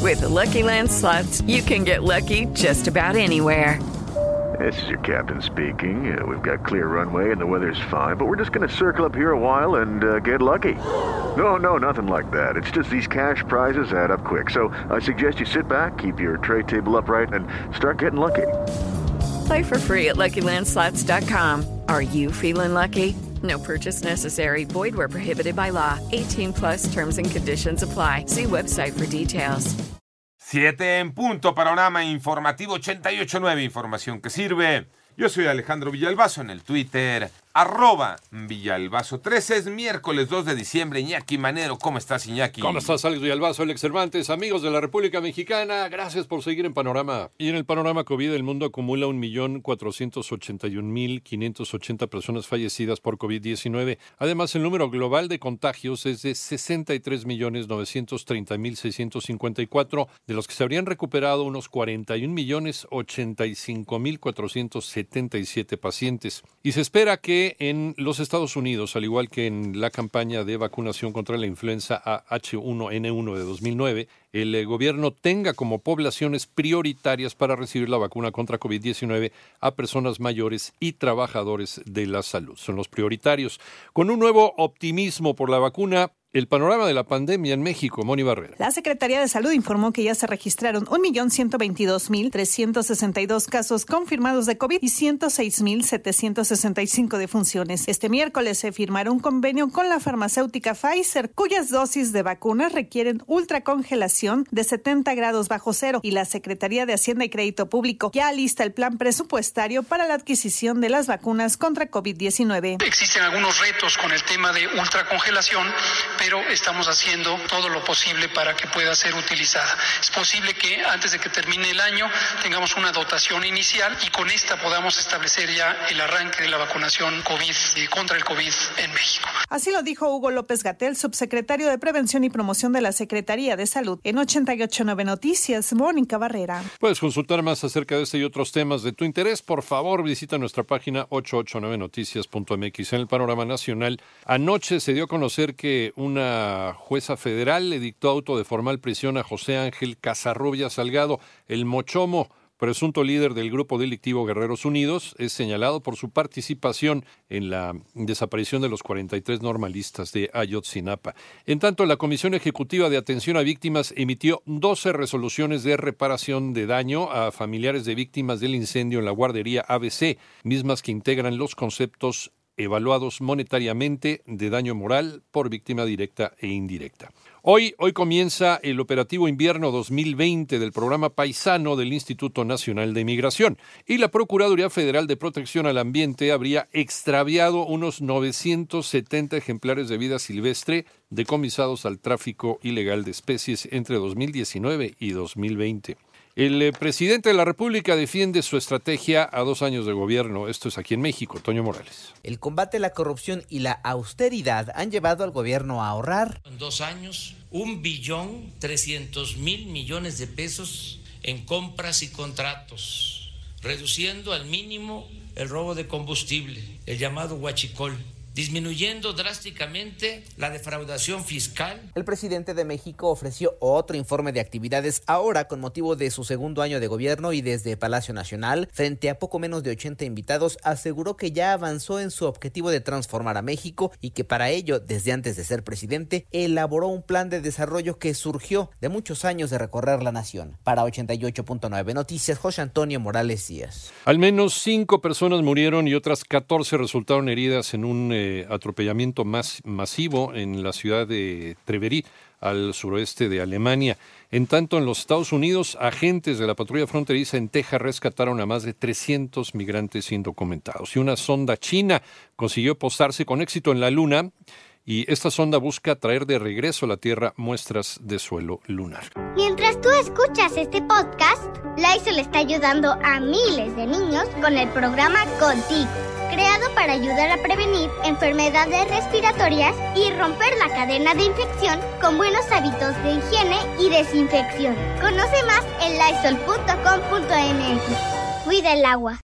With the Lucky Land Slots, you can get lucky just about anywhere. This is your captain speaking. We've got clear runway and the weather's fine, but we're just going to circle up here a while and get lucky. No, nothing like that. It's just these cash prizes add up quick. So I suggest you sit back, keep your tray table upright, and start getting lucky. Play for free at LuckyLandSlots.com. Are you feeling lucky? No purchase necessary. Void where prohibited by law. 18 plus terms and conditions apply. See website for details. 7 en punto, panorama informativo 88.9, información que sirve. Yo soy Alejandro Villalbazo en el Twitter, @Villalbazo13. Es miércoles 2 de diciembre. Iñaki Manero, ¿cómo estás, Iñaki? ¿Cómo estás, Alex Villalbazo, Alex Cervantes? Amigos de la República Mexicana, gracias por seguir en Panorama. Y en el panorama COVID, el mundo acumula 1.481.580 personas fallecidas por COVID-19. Además, el número global de contagios es de 63.930.654, de los que se habrían recuperado unos 41.085.477 pacientes. Y se espera que en los Estados Unidos, al igual que en la campaña de vacunación contra la influenza H1N1 de 2009, el gobierno tenga como poblaciones prioritarias para recibir la vacuna contra COVID-19 a personas mayores y trabajadores de la salud. Son los prioritarios. Con un nuevo optimismo por la vacuna, el panorama de la pandemia en México, Moni Barrera. La Secretaría de Salud informó que ya se registraron 1.122.362 casos confirmados de COVID y 106.765 defunciones. Este miércoles se firmará un convenio con la farmacéutica Pfizer, cuyas dosis de vacunas requieren ultracongelación de 70 grados bajo cero, y la Secretaría de Hacienda y Crédito Público ya alista el plan presupuestario para la adquisición de las vacunas contra COVID-19. Existen algunos retos con el tema de ultracongelación, pero estamos haciendo todo lo posible para que pueda ser utilizada. Es posible que antes de que termine el año tengamos una dotación inicial y con esta podamos establecer ya el arranque de la vacunación COVID contra el COVID en México. Así lo dijo Hugo López-Gatell, subsecretario de Prevención y Promoción de la Secretaría de Salud. En 88.9 Noticias, Mónica Barrera. Puedes consultar más acerca de este y otros temas de tu interés. Por favor, visita nuestra página 889noticias.mx. En el panorama nacional, anoche se dio a conocer que una jueza federal le dictó auto de formal prisión a José Ángel Casarrubias Salgado, el Mochomo, presunto líder del grupo delictivo Guerreros Unidos. Es señalado por su participación en la desaparición de los 43 normalistas de Ayotzinapa. En tanto, la Comisión Ejecutiva de Atención a Víctimas emitió 12 resoluciones de reparación de daño a familiares de víctimas del incendio en la guardería ABC, mismas que integran los conceptos evaluados monetariamente de daño moral por víctima directa e indirecta. Hoy comienza el operativo invierno 2020 del programa Paisano del Instituto Nacional de Migración, y la Procuraduría Federal de Protección al Ambiente habría extraviado unos 970 ejemplares de vida silvestre decomisados al tráfico ilegal de especies entre 2019 y 2020. El presidente de la República defiende su estrategia a 2 años de gobierno. Esto es aquí en México. Toño Morales. El combate a la corrupción y la austeridad han llevado al gobierno a ahorrar. En 2 años, 1.300.000.000.000 de pesos en compras y contratos, reduciendo al mínimo el robo de combustible, el llamado huachicol, disminuyendo drásticamente la defraudación fiscal. El presidente de México ofreció otro informe de actividades ahora con motivo de su segundo año de gobierno, y desde Palacio Nacional, frente a poco menos de 80 invitados, aseguró que ya avanzó en su objetivo de transformar a México y que para ello, desde antes de ser presidente, elaboró un plan de desarrollo que surgió de muchos años de recorrer la nación. Para 88.9 Noticias, José Antonio Morales Díaz. Al menos 5 personas murieron y otras 14 resultaron heridas en un atropellamiento masivo en la ciudad de Treverí, al suroeste de Alemania. En tanto, en los Estados Unidos, agentes de la patrulla fronteriza en Texas rescataron a más de 300 migrantes indocumentados. Y una sonda china consiguió posarse con éxito en la Luna, y esta sonda busca traer de regreso a la Tierra muestras de suelo lunar. Mientras tú escuchas este podcast, Lysol está ayudando a miles de niños con el programa Contigo, creado para ayudar a prevenir enfermedades respiratorias y romper la cadena de infección con buenos hábitos de higiene y desinfección. Conoce más en Lysol.com.mx. Cuida el agua.